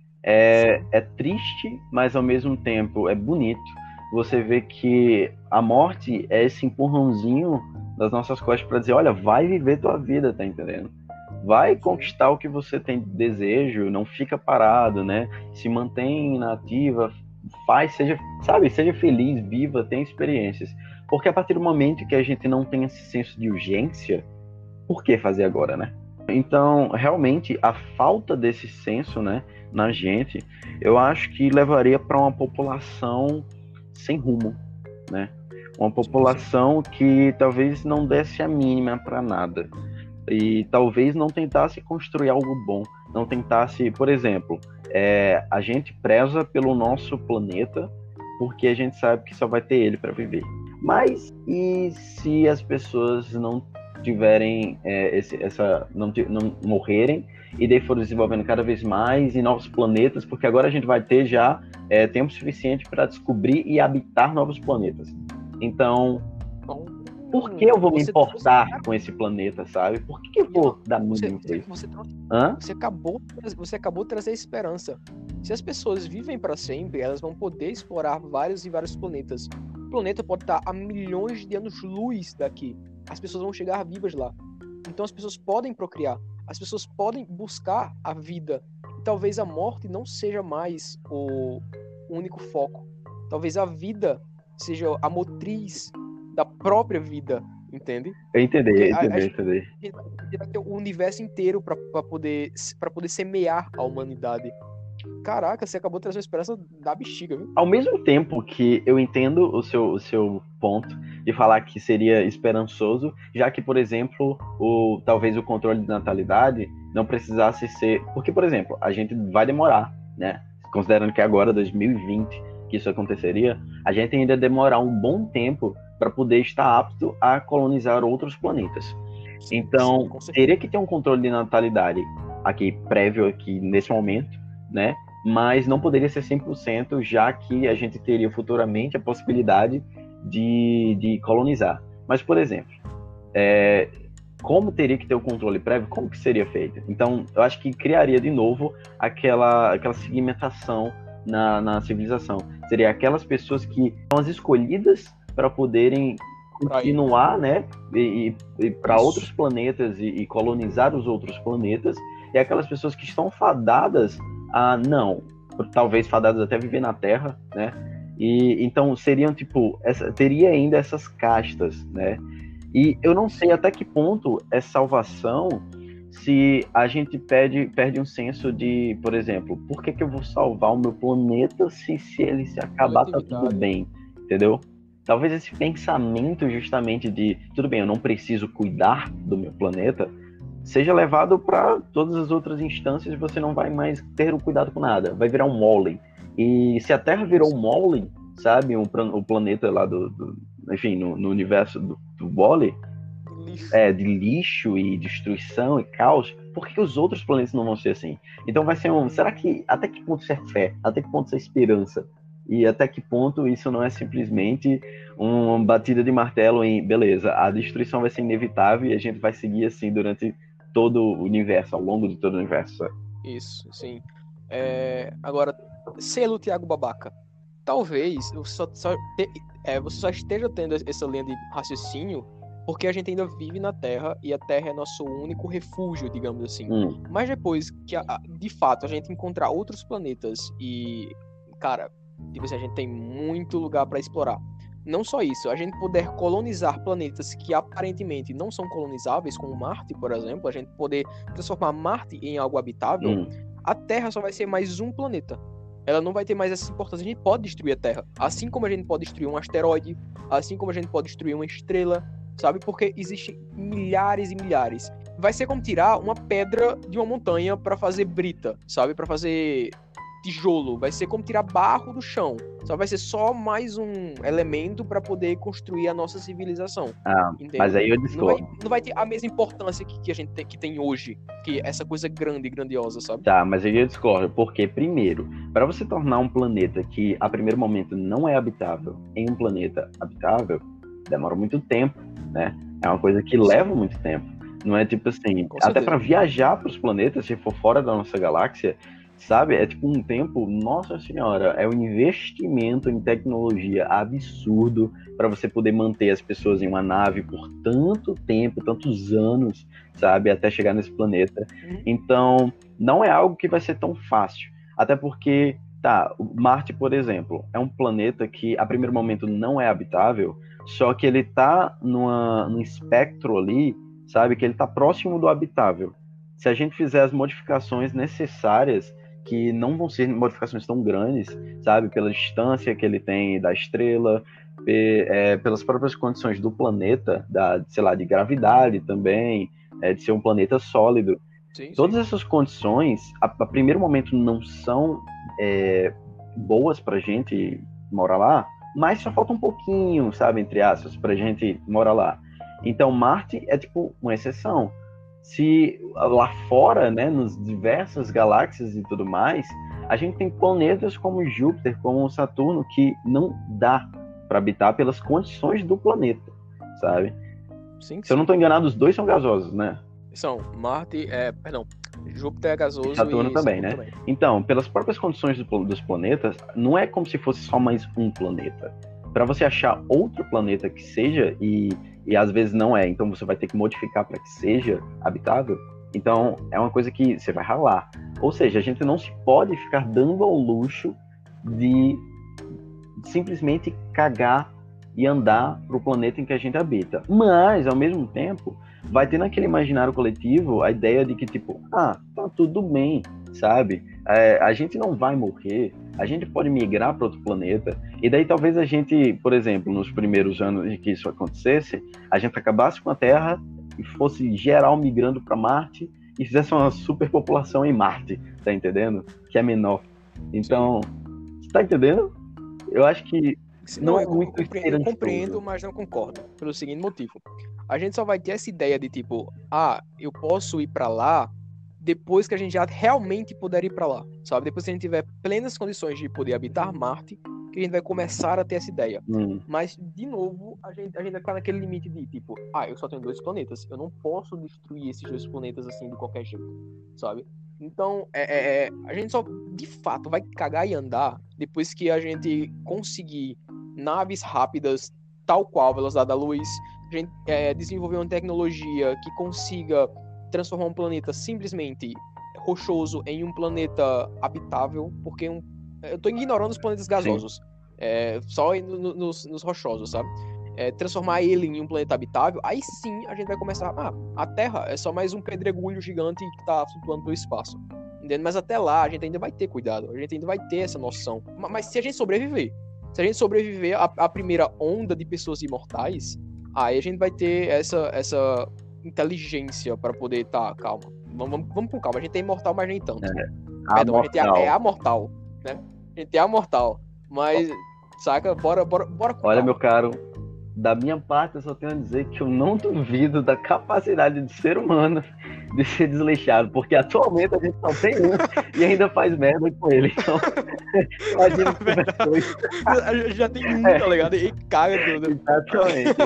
É, é triste, mas ao mesmo tempo é bonito. Você vê que a morte é esse empurrãozinho das nossas costas para dizer, olha, vai viver tua vida, tá entendendo? Vai conquistar o que você tem desejo, não fica parado, né? Se mantém na ativa, faz, seja, sabe, seja feliz, viva, tenha experiências. Porque a partir do momento que a gente não tem esse senso de urgência, por que fazer agora, né? Então, realmente, a falta desse senso, né, na gente, eu acho que levaria para uma população sem rumo, né? Uma população que talvez não desse a mínima para nada. E talvez não tentasse construir algo bom, não tentasse, por exemplo, é, a gente preza pelo nosso planeta porque a gente sabe que só vai ter ele para viver. Mas e se as pessoas não tiverem é, esse, essa, não, não morrerem e daí forem desenvolvendo cada vez mais em novos planetas, porque agora a gente vai ter já é, tempo suficiente para descobrir e habitar novos planetas. Então, por que eu vou me importar trouxe... com esse planeta, sabe? Por que, que eu vou dar mínimo pra isso? Você, trouxe... Hã? Você, acabou, você acabou de trazer esperança. Se as pessoas vivem para sempre, elas vão poder explorar vários e vários planetas. O planeta pode estar a milhões de anos-luz daqui. As pessoas vão chegar vivas lá. Então as pessoas podem procriar. As pessoas podem buscar a vida. E talvez a morte não seja mais o único foco. Talvez a vida seja a motriz da própria vida, entende? Eu entendi, Porque eu entendi, a, a, eu entendi. A gente vai ter o universo inteiro para poder, pra poder semear a humanidade. Caraca, você acabou de trazer uma esperança da bexiga, viu? Ao mesmo tempo que eu entendo o seu, o seu ponto de falar que seria esperançoso, já que, por exemplo, o, talvez o controle de natalidade não precisasse ser... Porque, por exemplo, a gente vai demorar, né? Considerando que agora, dois mil e vinte, que isso aconteceria, a gente ainda demorar um bom tempo para poder estar apto a colonizar outros planetas. Sim, então, sim, teria que ter um controle de natalidade aqui, prévio aqui nesse momento, né? Mas não poderia ser cem por cento, já que a gente teria futuramente a possibilidade de, de colonizar. Mas, por exemplo, é, como teria que ter o controle prévio? Como que seria feito? Então, eu acho que criaria de novo aquela, aquela segmentação na, na civilização. Seria aquelas pessoas que são as escolhidas para poderem continuar, né, e, e para outros planetas e, e colonizar os outros planetas, e aquelas pessoas que estão fadadas a não, talvez fadadas até viver na Terra, né, e então seriam tipo, essa, teria ainda essas castas, né, e eu não sei até que ponto é salvação se a gente perde, perde um senso de, por exemplo, por que, que eu vou salvar o meu planeta se, se ele se acabar tá tudo bem, entendeu? Talvez esse pensamento justamente de, tudo bem, eu não preciso cuidar do meu planeta, seja levado para todas as outras instâncias e você não vai mais ter o cuidado com nada, vai virar um Wall-E. E se a Terra virou um Wall-E, sabe, um, o planeta lá do, do enfim, no, no universo do, do Wall-E, é, de lixo e destruição e caos, por que os outros planetas não vão ser assim? Então vai ser um, será que, até que ponto isso é fé? Até que ponto isso é esperança? E até que ponto isso não é simplesmente uma batida de martelo em, beleza, a destruição vai ser inevitável e a gente vai seguir assim durante todo o universo, ao longo de todo o universo. Isso, sim. É, agora, selo Thiago Babaca. Talvez você só, só te, é, você só esteja tendo essa linha de raciocínio porque a gente ainda vive na Terra e a Terra é nosso único refúgio, digamos assim. Hum. Mas depois que, de fato, a gente encontrar outros planetas e, cara, tipo assim, a gente tem muito lugar para explorar. Não só isso, a gente puder colonizar planetas que aparentemente não são colonizáveis, como Marte, por exemplo, a gente poder transformar Marte em algo habitável, Hum. a Terra só vai ser mais um planeta. Ela não vai ter mais essa importância. A gente pode destruir a Terra, assim como a gente pode destruir um asteroide, assim como a gente pode destruir uma estrela, sabe? Porque existem milhares e milhares. Vai ser como tirar uma pedra de uma montanha para fazer brita, sabe? Para fazer tijolo. Vai ser como tirar barro do chão. Só vai ser só mais um elemento para poder construir a nossa civilização. Ah, entendeu? Mas aí eu Não discordo. vai, não vai ter a mesma importância que, que a gente tem, que tem hoje. Que essa coisa grande e grandiosa, sabe? Tá, mas aí eu discordo, porque, primeiro, para você tornar um planeta que, a primeiro momento, não é habitável em um planeta habitável, demora muito tempo, né? É uma coisa que leva muito tempo. Não é tipo assim, Com até certeza. para viajar para os planetas, se for fora da nossa galáxia, sabe? É tipo um tempo, nossa senhora, é um investimento em tecnologia absurdo para você poder manter as pessoas em uma nave por tanto tempo, tantos anos, sabe? Até chegar nesse planeta. Uhum. Então, não é algo que vai ser tão fácil. Até porque, tá, o Marte, por exemplo, é um planeta que, a primeiro momento, não é habitável, só que ele tá numa, num espectro ali, sabe? Que ele tá próximo do habitável. Se a gente fizer as modificações necessárias, que não vão ser modificações tão grandes, sabe? Pela distância que ele tem da estrela, pe- é, pelas próprias condições do planeta, da, sei lá, de gravidade também, é, de ser um planeta sólido. Sim, Todas sim. essas condições, a, a primeiro momento, não são é, boas pra gente morar lá, mas só falta um pouquinho, sabe, entre aspas, pra gente morar lá. Então, Marte é tipo uma exceção. Se lá fora, né, nas diversas galáxias e tudo mais, a gente tem planetas como Júpiter, como Saturno, que não dá para habitar pelas condições do planeta, sabe? Sim, Se eu não sim. estou enganado, os dois são gasosos, né? São Marte, é, perdão, Júpiter é gasoso E Saturno e também, Saturno né? também. Então, pelas próprias condições do- dos planetas, não é como se fosse só mais um planeta. Para você achar outro planeta que seja, e, e às vezes não é, então você vai ter que modificar para que seja habitável, então é uma coisa que você vai ralar. Ou seja, a gente não se pode ficar dando ao luxo de simplesmente cagar e andar para o planeta em que a gente habita. Mas, ao mesmo tempo, vai ter naquele imaginário coletivo a ideia de que, tipo, ah, tá tudo bem, sabe? É, a gente não vai morrer, a gente pode migrar para outro planeta, e daí talvez a gente, por exemplo, nos primeiros anos em que isso acontecesse, a gente acabasse com a Terra e fosse geral migrando para Marte e fizesse uma superpopulação em Marte, tá entendendo? Que é menor. Então, você tá entendendo? Eu acho que Não, não é eu, muito compreendo, eu esperançoso. compreendo, mas não concordo. Pelo seguinte motivo. A gente só vai ter essa ideia de tipo, ah, eu posso ir pra lá depois que a gente já realmente puder ir pra lá, sabe? Depois que a gente tiver plenas condições de poder habitar Marte, que a gente vai começar a ter essa ideia. Hum, Mas, de novo, a gente, a gente vai ficar naquele limite de tipo, ah, eu só tenho dois planetas, eu não posso destruir esses dois planetas assim de qualquer jeito, sabe? Então, é, é, é, a gente só, de fato, vai cagar e andar depois que a gente conseguir naves rápidas, tal qual a velocidade da luz, a gente é, desenvolver uma tecnologia que consiga transformar um planeta simplesmente rochoso em um planeta habitável, porque um, eu tô ignorando os planetas gasosos, é, só no, no, nos, nos rochosos, sabe? é, transformar ele em um planeta habitável, aí sim a gente vai começar, ah, a Terra é só mais um pedregulho gigante que tá flutuando pelo espaço. Entende? Mas até lá a gente ainda vai ter cuidado, a gente ainda vai ter essa noção. Mas se a gente sobreviver, se a gente sobreviver à, à primeira onda de pessoas imortais, aí a gente vai ter essa, essa inteligência para poder, tá, calma, vamos, vamos, vamos com calma, a gente é imortal, mas nem tanto. É, Perdão, a gente é, amortal. é amortal, né? A gente é amortal, mas, saca, bora, bora, bora com Olha, calma. meu caro, da minha parte eu só tenho a dizer que eu não duvido da capacidade do ser humano de ser desleixado, porque atualmente a gente só tem um e ainda faz merda com ele. Então, imagina que depois. A gente já tem um, tá ligado? E caga tudo. Exatamente.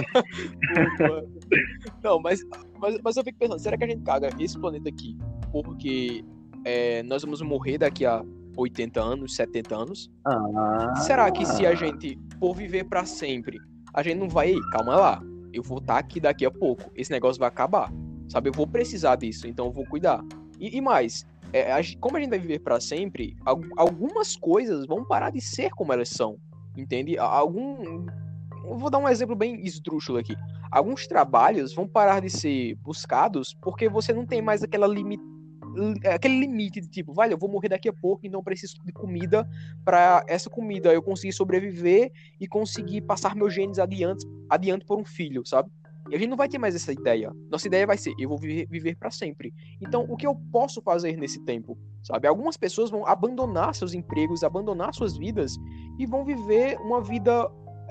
Não, mas, mas, mas eu fico pensando, será que a gente caga esse planeta aqui porque é, nós vamos morrer daqui a oitenta anos, setenta anos? Ah, Será que se a gente for viver pra sempre, a gente não vai, ei, calma lá, eu vou estar aqui daqui a pouco, esse negócio vai acabar, sabe? Eu vou precisar disso, então eu vou cuidar. E, e mais, é, a, como a gente vai viver pra sempre, algumas coisas vão parar de ser como elas são, entende? Algum... Eu vou dar um exemplo bem esdrúxulo aqui. Alguns trabalhos vão parar de ser buscados porque você não tem mais aquela limite, aquele limite de tipo, vale, eu vou morrer daqui a pouco, então eu preciso de comida para essa comida eu conseguir sobreviver e conseguir passar meus genes adiante, adiante por um filho, sabe? E a gente não vai ter mais essa ideia. Nossa ideia vai ser, eu vou viver, viver para sempre. Então, o que eu posso fazer nesse tempo, sabe? Algumas pessoas vão abandonar seus empregos, abandonar suas vidas e vão viver uma vida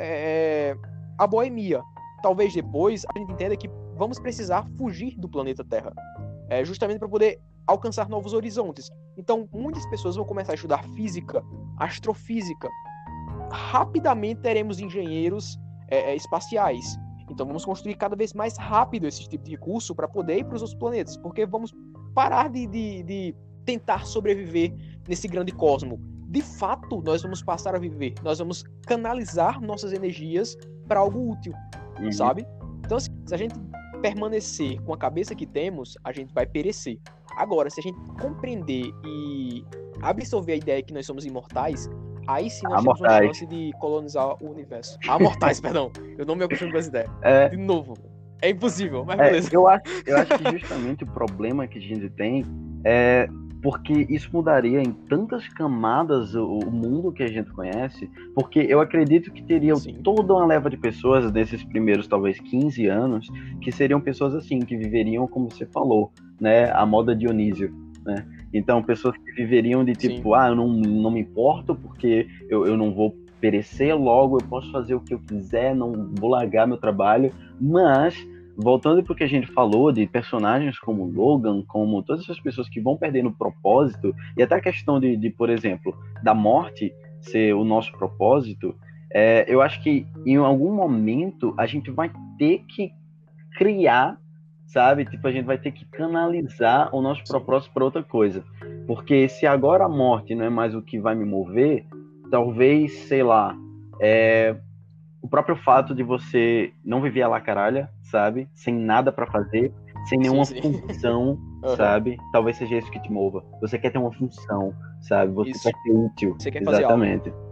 é, a boemia. Talvez depois a gente entenda que vamos precisar fugir do planeta Terra, é, justamente para poder alcançar novos horizontes. Então, muitas pessoas vão começar a estudar física, astrofísica. Rapidamente teremos engenheiros é, espaciais. Então, vamos construir cada vez mais rápido esse tipo de recurso para poder ir para os outros planetas, porque vamos parar de, de, de tentar sobreviver nesse grande cosmo. De fato, nós vamos passar a viver. Nós vamos canalizar nossas energias para algo útil, uhum. sabe? Então, assim, se a gente permanecer com a cabeça que temos, a gente vai perecer. Agora, se a gente compreender e absorver a ideia que nós somos imortais, aí sim nós Amortais. temos uma chance de colonizar o universo. Amortais, perdão. Eu não me acostumo com essa ideia. É... De novo. É impossível, mas é, beleza. Eu acho, eu acho que justamente o problema que a gente tem é porque isso mudaria em tantas camadas o, o mundo que a gente conhece, porque eu acredito que teria Sim. toda uma leva de pessoas desses primeiros, talvez, quinze anos, que seriam pessoas assim, que viveriam, como você falou, né, a moda Dionísio, né? Então, pessoas que viveriam de tipo, Sim. ah, eu não, não me importo porque eu, eu não vou perecer logo, eu posso fazer o que eu quiser, não vou largar meu trabalho, mas... Voltando para o que a gente falou de personagens como Logan, como todas essas pessoas que vão perdendo o propósito, e até a questão de, de por exemplo, da morte ser o nosso propósito, é, eu acho que em algum momento a gente vai ter que criar, sabe? Tipo, a gente vai ter que canalizar o nosso propósito para outra coisa. Porque se agora a morte não é mais o que vai me mover, talvez, sei lá, é... o próprio fato de você não viver a la caralha, sabe? Sem nada pra fazer, sem nenhuma sim, sim. função, uhum. sabe? Talvez seja isso que te mova. Você quer ter uma função, sabe? Você isso. quer ser útil. Você quer fazer Exatamente. Algo.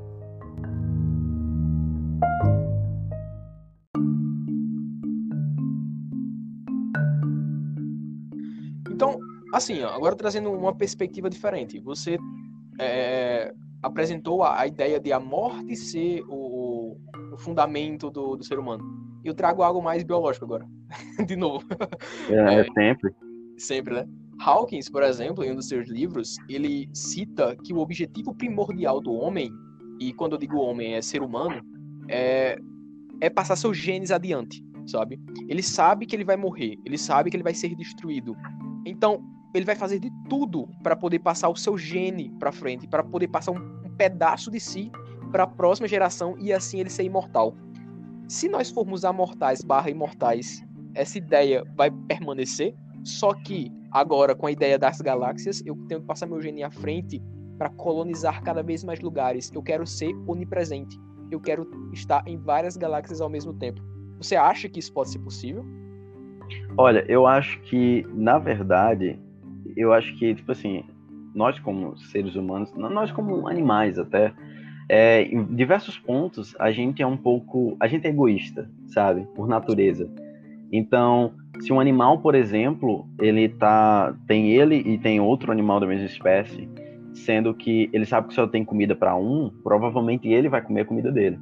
Então, assim, ó, agora trazendo uma perspectiva diferente. Você é, apresentou a, a ideia de a morte ser o, o fundamento do, do ser humano. E eu trago algo mais biológico agora. De novo. É, é, sempre. Sempre, né? Hawkins, por exemplo, em um dos seus livros, ele cita que o objetivo primordial do homem, e quando eu digo homem é ser humano, é, é passar seus genes adiante, sabe? Ele sabe que ele vai morrer, ele sabe que ele vai ser destruído. Então, ele vai fazer de tudo para poder passar o seu gene para frente, para poder passar um, um pedaço de si para a próxima geração e assim ele ser imortal. Se nós formos amortais barra imortais, essa ideia vai permanecer, só que agora com a ideia das galáxias, eu tenho que passar meu gene à frente para colonizar cada vez mais lugares. Eu quero ser onipresente. Eu quero estar em várias galáxias ao mesmo tempo. Você acha que isso pode ser possível? Olha, eu acho que, na verdade, eu acho que, tipo assim, nós como seres humanos, nós como animais até, é, em diversos pontos, a gente é um pouco... A gente é egoísta, sabe? Por natureza. Então, se um animal, por exemplo, ele tá... Tem ele e tem outro animal da mesma espécie, sendo que ele sabe que só tem comida para um, provavelmente ele vai comer a comida dele.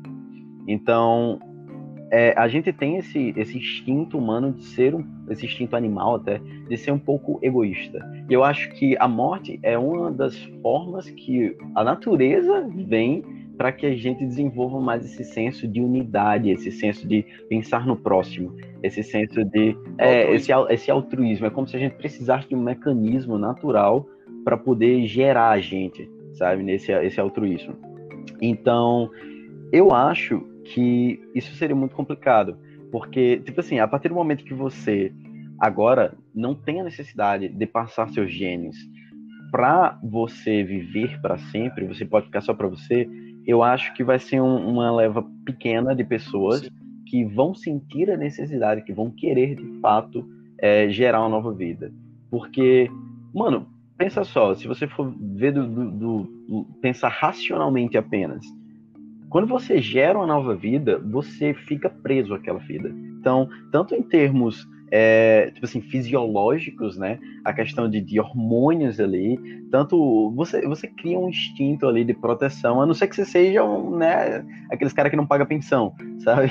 Então, é, a gente tem esse, esse instinto humano de ser um, esse instinto animal até, de ser um pouco egoísta. E eu acho que a morte é uma das formas que a natureza vem para que a gente desenvolva mais esse senso de unidade, esse senso de pensar no próximo, esse senso de é, esse, esse altruísmo. É como se a gente precisasse de um mecanismo natural para poder gerar a gente, sabe, nesse esse altruísmo. Então, eu acho que isso seria muito complicado, porque, tipo assim, a partir do momento que você agora não tem a necessidade de passar seus genes para você viver para sempre, você pode ficar só para você, eu acho que vai ser um, uma leva pequena de pessoas Sim. que vão sentir a necessidade, que vão querer, de fato, é, gerar uma nova vida. Porque, mano, pensa só, se você for ver do, do, do, do pensar racionalmente apenas, quando você gera uma nova vida, você fica preso àquela vida. Então, tanto em termos é, tipo assim, fisiológicos, né? A questão de, de hormônios ali, tanto você, você cria um instinto ali de proteção, a não ser que você seja um, né, aqueles caras que não pagam pensão, sabe?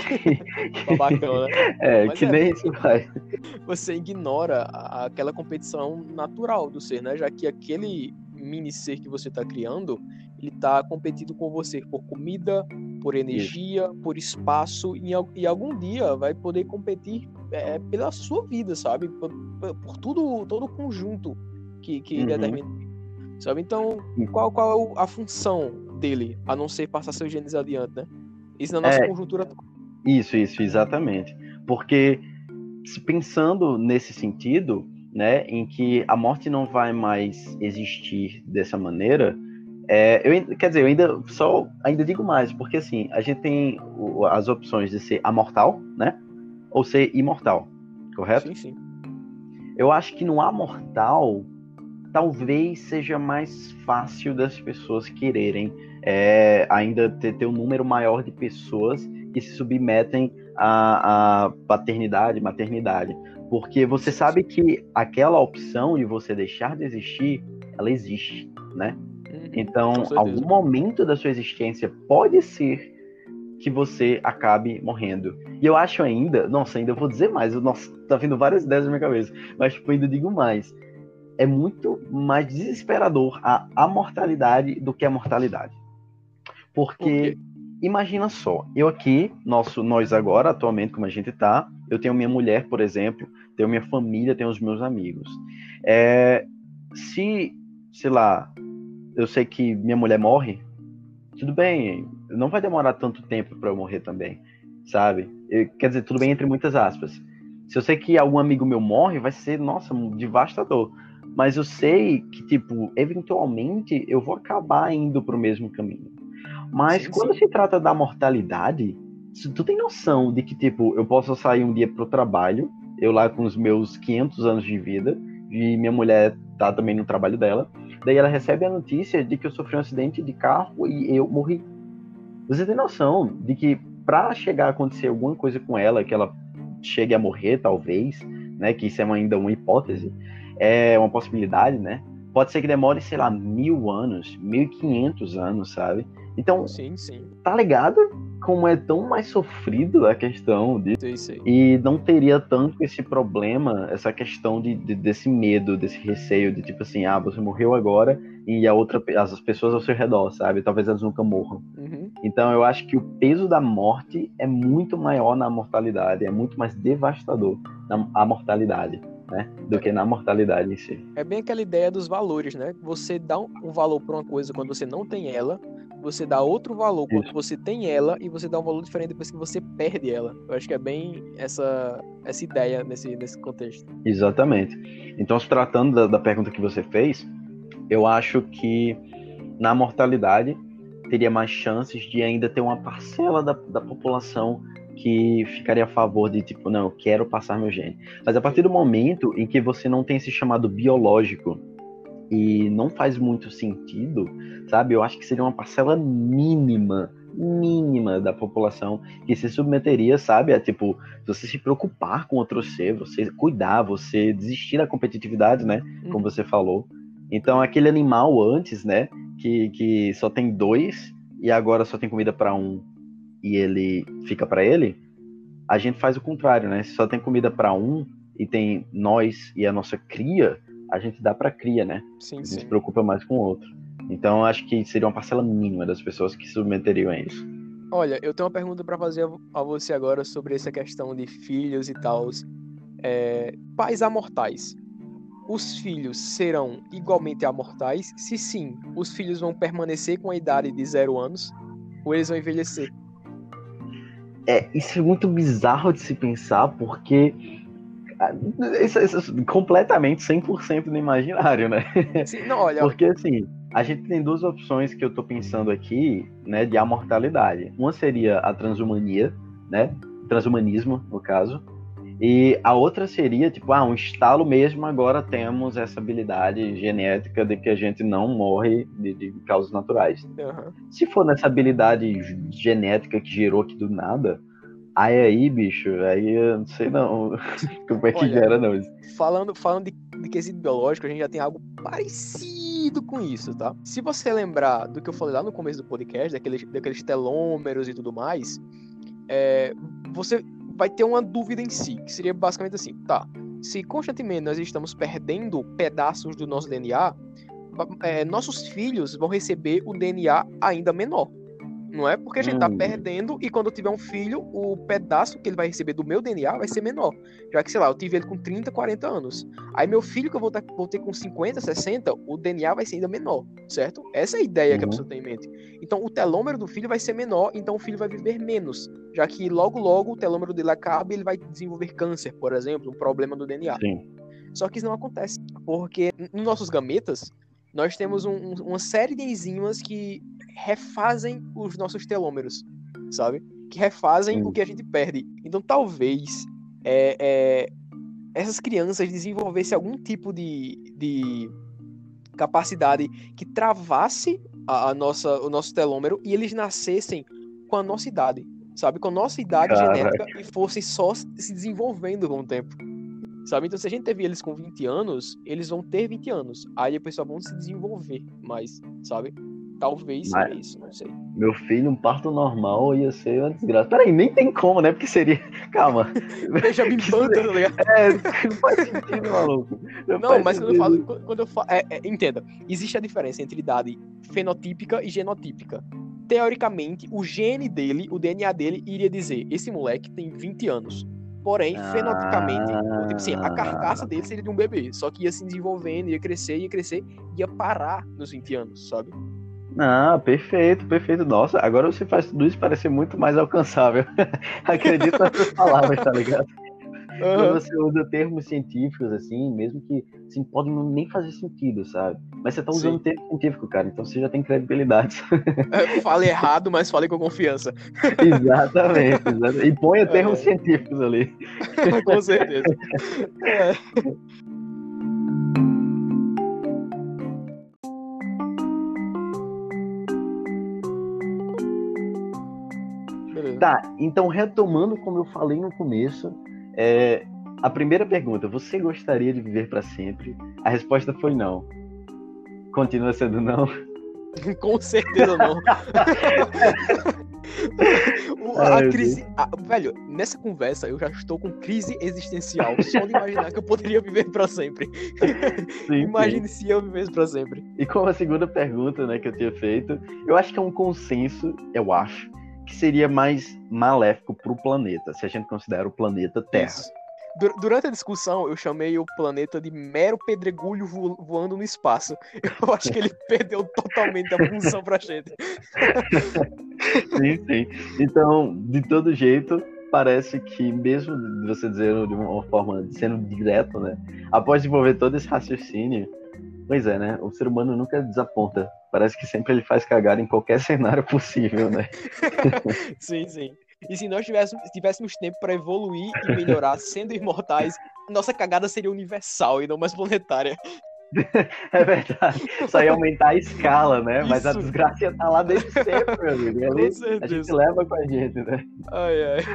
Bacana, né? É, Mas que é, nem isso vai. Você ignora a, aquela competição natural do ser, né? Já que aquele mini ser que você está criando, ele está competindo com você por comida, por energia, Isso. por espaço, e, e algum dia vai poder competir é, pela sua vida, sabe? Por, por tudo, todo o conjunto que, que uhum. determina, sabe? Então, qual, qual é a função dele, a não ser passar seus genes adiante, né? Isso na nossa é, conjuntura. Isso, isso, exatamente. Porque, pensando nesse sentido, né, em que a morte não vai mais existir dessa maneira, é, eu, quer dizer, eu ainda só ainda digo mais, porque assim, a gente tem o, as opções de ser amortal, né, ou ser imortal, correto? Sim, sim. Eu acho que no amortal talvez seja mais fácil das pessoas quererem é, ainda ter, ter um número maior de pessoas que se submetem à, à paternidade, maternidade. Porque você sabe que aquela opção de você deixar de existir, ela existe, né? Uhum, então, algum momento da sua existência pode ser que você acabe morrendo. E eu acho ainda, nossa, ainda vou dizer mais, nossa, tá vindo várias ideias na minha cabeça, mas tipo, ainda digo mais. É muito mais desesperador a amortalidade do que a mortalidade. Porque, imagina só, eu aqui, nosso, nós agora, atualmente, como a gente tá, eu tenho minha mulher, por exemplo, tenho minha família, tenho os meus amigos. É, se, sei lá, eu sei que minha mulher morre, tudo bem, não vai demorar tanto tempo para eu morrer também, sabe? Eu, quer dizer, tudo bem entre muitas aspas. Se eu sei que algum amigo meu morre, vai ser, nossa, devastador. Mas eu sei que, tipo, eventualmente eu vou acabar indo pro mesmo caminho. Mas sim, quando sim. se trata da mortalidade, tu tem noção de que, tipo, eu posso sair um dia pro trabalho, eu lá com os meus quinhentos anos de vida, e minha mulher tá também no trabalho dela, daí ela recebe a notícia de que eu sofri um acidente de carro e eu morri. Você tem noção de que pra chegar a acontecer alguma coisa com ela, que ela chegue a morrer, talvez, né, que isso é uma, ainda uma hipótese, é uma possibilidade, né? Pode ser que demore, sei lá, mil anos, mil e quinhentos anos, sabe? Então, sim, sim. Tá ligado como é tão mais sofrido a questão disso? Sim, sim. E não teria tanto esse problema, essa questão de, de, desse medo, desse receio de tipo assim, ah, você morreu agora e a outra, as pessoas ao seu redor, sabe? Talvez elas nunca morram. Uhum. Então eu acho que o peso da morte é muito maior na mortalidade, é muito mais devastador na mortalidade, né? Do é. que na mortalidade em si. É bem aquela ideia dos valores, né? Você dá um, um valor para uma coisa quando você não tem ela, você dá outro valor quando Isso. você tem ela e você dá um valor diferente depois que você perde ela. Eu acho que é bem essa, essa ideia nesse, nesse contexto. Exatamente. Então, se tratando da, da pergunta que você fez, eu acho que na mortalidade teria mais chances de ainda ter uma parcela da, da população que ficaria a favor de, tipo, não, eu quero passar meu gene. Mas a partir do momento em que você não tem esse chamado biológico e não faz muito sentido, sabe? Eu acho que seria uma parcela mínima, mínima da população que se submeteria, sabe? A, tipo, você se preocupar com outro ser, você cuidar, você desistir da competitividade, né? Como você falou. Então, aquele animal antes, né? Que, que só tem dois e agora só tem comida para um e ele fica para ele, a gente faz o contrário, né? Se só tem comida para um e tem nós e a nossa cria, a gente dá para cria, né? Sim, a gente sim. se preocupa mais com o outro. Então, eu acho que seria uma parcela mínima das pessoas que se submeteriam a isso. Olha, eu tenho uma pergunta para fazer a você agora sobre essa questão de filhos e tal. É, pais amortais. Os filhos serão igualmente amortais? Se sim, os filhos vão permanecer com a idade de zero anos ou eles vão envelhecer? É, isso é muito bizarro de se pensar, porque isso, isso é completamente cem por cento no imaginário, né? Sim, não, olha... Porque, assim, a gente tem duas opções que eu tô pensando aqui, né, de amortalidade. Uma seria a transumania, né? Transhumanismo, no caso. E a outra seria, tipo, ah, um estalo mesmo, agora temos essa habilidade genética de que a gente não morre de, de causas naturais. Uhum. Se for nessa habilidade genética que gerou aqui do nada, aí aí, bicho, aí eu não sei não como é que Olha, gera, não. Falando, falando de, de quesito biológico, a gente já tem algo parecido com isso, tá? Se você lembrar do que eu falei lá no começo do podcast, daqueles, daqueles telômeros e tudo mais, é, você vai ter uma dúvida em si, que seria basicamente assim, tá, se constantemente nós estamos perdendo pedaços do nosso D N A, é, nossos filhos vão receber o D N A ainda menor, não é? Porque a gente tá Hum. perdendo e quando eu tiver um filho, o pedaço que ele vai receber do meu D N A vai ser menor, já que, sei lá, eu tive ele com trinta, quarenta anos, aí meu filho que eu vou ter, vou ter com cinquenta, sessenta, o D N A vai ser ainda menor, certo? Essa é a ideia Uhum. que a pessoa tem em mente. Então o telômero do filho vai ser menor, então o filho vai viver menos, já que logo logo o telômero dele acaba e ele vai desenvolver câncer, por exemplo, um problema do D N A. Sim. Só que isso não acontece, porque nos nossos gametas nós temos um, um, uma série de enzimas que refazem os nossos telômeros, sabe? Que refazem Sim. o que a gente perde. Então talvez é, é, essas crianças desenvolvessem algum tipo de, de capacidade que travasse a, a nossa, o nosso telômero e eles nascessem com a nossa idade, sabe? Com a nossa idade Caraca. genética e fossem só se desenvolvendo com o tempo. Sabe? Então, se a gente teve eles com vinte anos, eles vão ter vinte anos. Aí depois só vão se desenvolver mais, sabe? Talvez seja Mas, isso, não sei. meu filho, um parto normal ia ser uma desgraça. Peraí, nem tem como, né? Porque seria... Calma. Deixa me banda, tá ligado? É, não faz sentido, maluco. Não, Não, faz mas quando eu sentido. falo... Quando eu falo é, é, entenda, existe a diferença entre idade fenotípica e genotípica. Teoricamente, o gene dele, o D N A dele, iria dizer, esse moleque tem vinte anos. Porém, Ah. fenotipicamente, tipo assim, a carcaça dele seria de um bebê. Só que ia se desenvolvendo, ia crescer, ia crescer, ia parar nos vinte anos, sabe? Ah, perfeito, perfeito. Nossa, agora você faz tudo isso parecer muito mais alcançável. Acredito nas suas palavras, tá ligado? Quando você usa termos científicos, assim, mesmo que assim, pode nem fazer sentido, sabe? Mas você tá usando Sim. termo científico, cara, então você já tem credibilidade. É, fale errado, mas fale com confiança. Exatamente, exatamente. E ponha termos É. científicos ali. Com certeza. É. Beleza. Tá, então retomando como eu falei no começo, é, a primeira pergunta, você gostaria de viver para sempre? A resposta foi não. Continua sendo não? Com certeza não. O- a Ai, crise, a- velho, nessa conversa eu já estou com crise existencial só de imaginar que eu poderia viver pra sempre. Sim, Imagine se eu vivesse pra sempre. E como a segunda pergunta, né, que eu tinha feito, eu acho que é um consenso, eu acho, que seria mais maléfico pro planeta, se a gente considera o planeta Terra. Isso. Du- Durante a discussão, eu chamei o planeta de mero pedregulho vo- voando no espaço. Eu acho que ele perdeu totalmente a função pra gente. Sim, sim. Então, de todo jeito, parece que mesmo você dizendo de uma forma, sendo direto, né, após desenvolver todo esse raciocínio, pois é, né, o ser humano nunca desaponta. Parece que sempre ele faz cagar em qualquer cenário possível, né? Sim, sim. E se nós tivéssemos, tivéssemos tempo pra evoluir e melhorar sendo imortais, nossa cagada seria universal e não mais planetária. É verdade. Só ia aumentar a escala, né? Mas a Isso. desgraça ia estar lá desde sempre, meu amigo. E ali Com a certeza. gente leva com a gente, né? Ai, ai.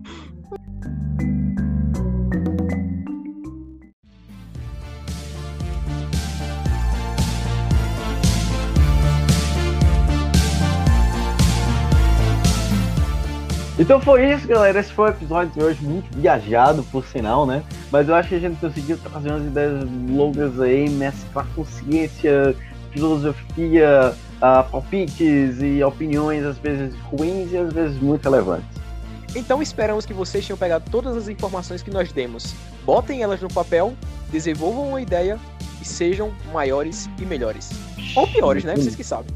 Então foi isso, galera. Esse foi o episódio de hoje, muito viajado, por sinal, né? Mas eu acho que a gente conseguiu trazer umas ideias longas aí, mesclar com ciência, filosofia, uh, palpites e opiniões, às vezes ruins e às vezes muito relevantes. Então esperamos que vocês tenham pegado todas as informações que nós demos. Botem elas no papel, desenvolvam uma ideia e sejam maiores e melhores. Ou piores, né? Vocês que sabem.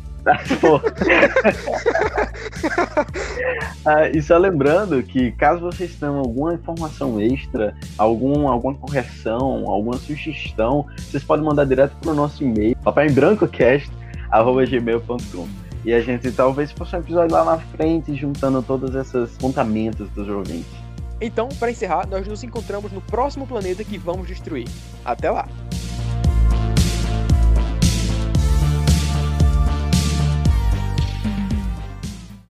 Ah, e só lembrando que caso vocês tenham alguma informação extra, algum, alguma correção, alguma sugestão, vocês podem mandar direto para o nosso e-mail, papélembrancocast arroba gmail ponto com. E a gente talvez faça um episódio lá na frente, juntando todos esses apontamentos dos ouvintes. Então, para encerrar, nós nos encontramos no próximo planeta que vamos destruir. Até lá!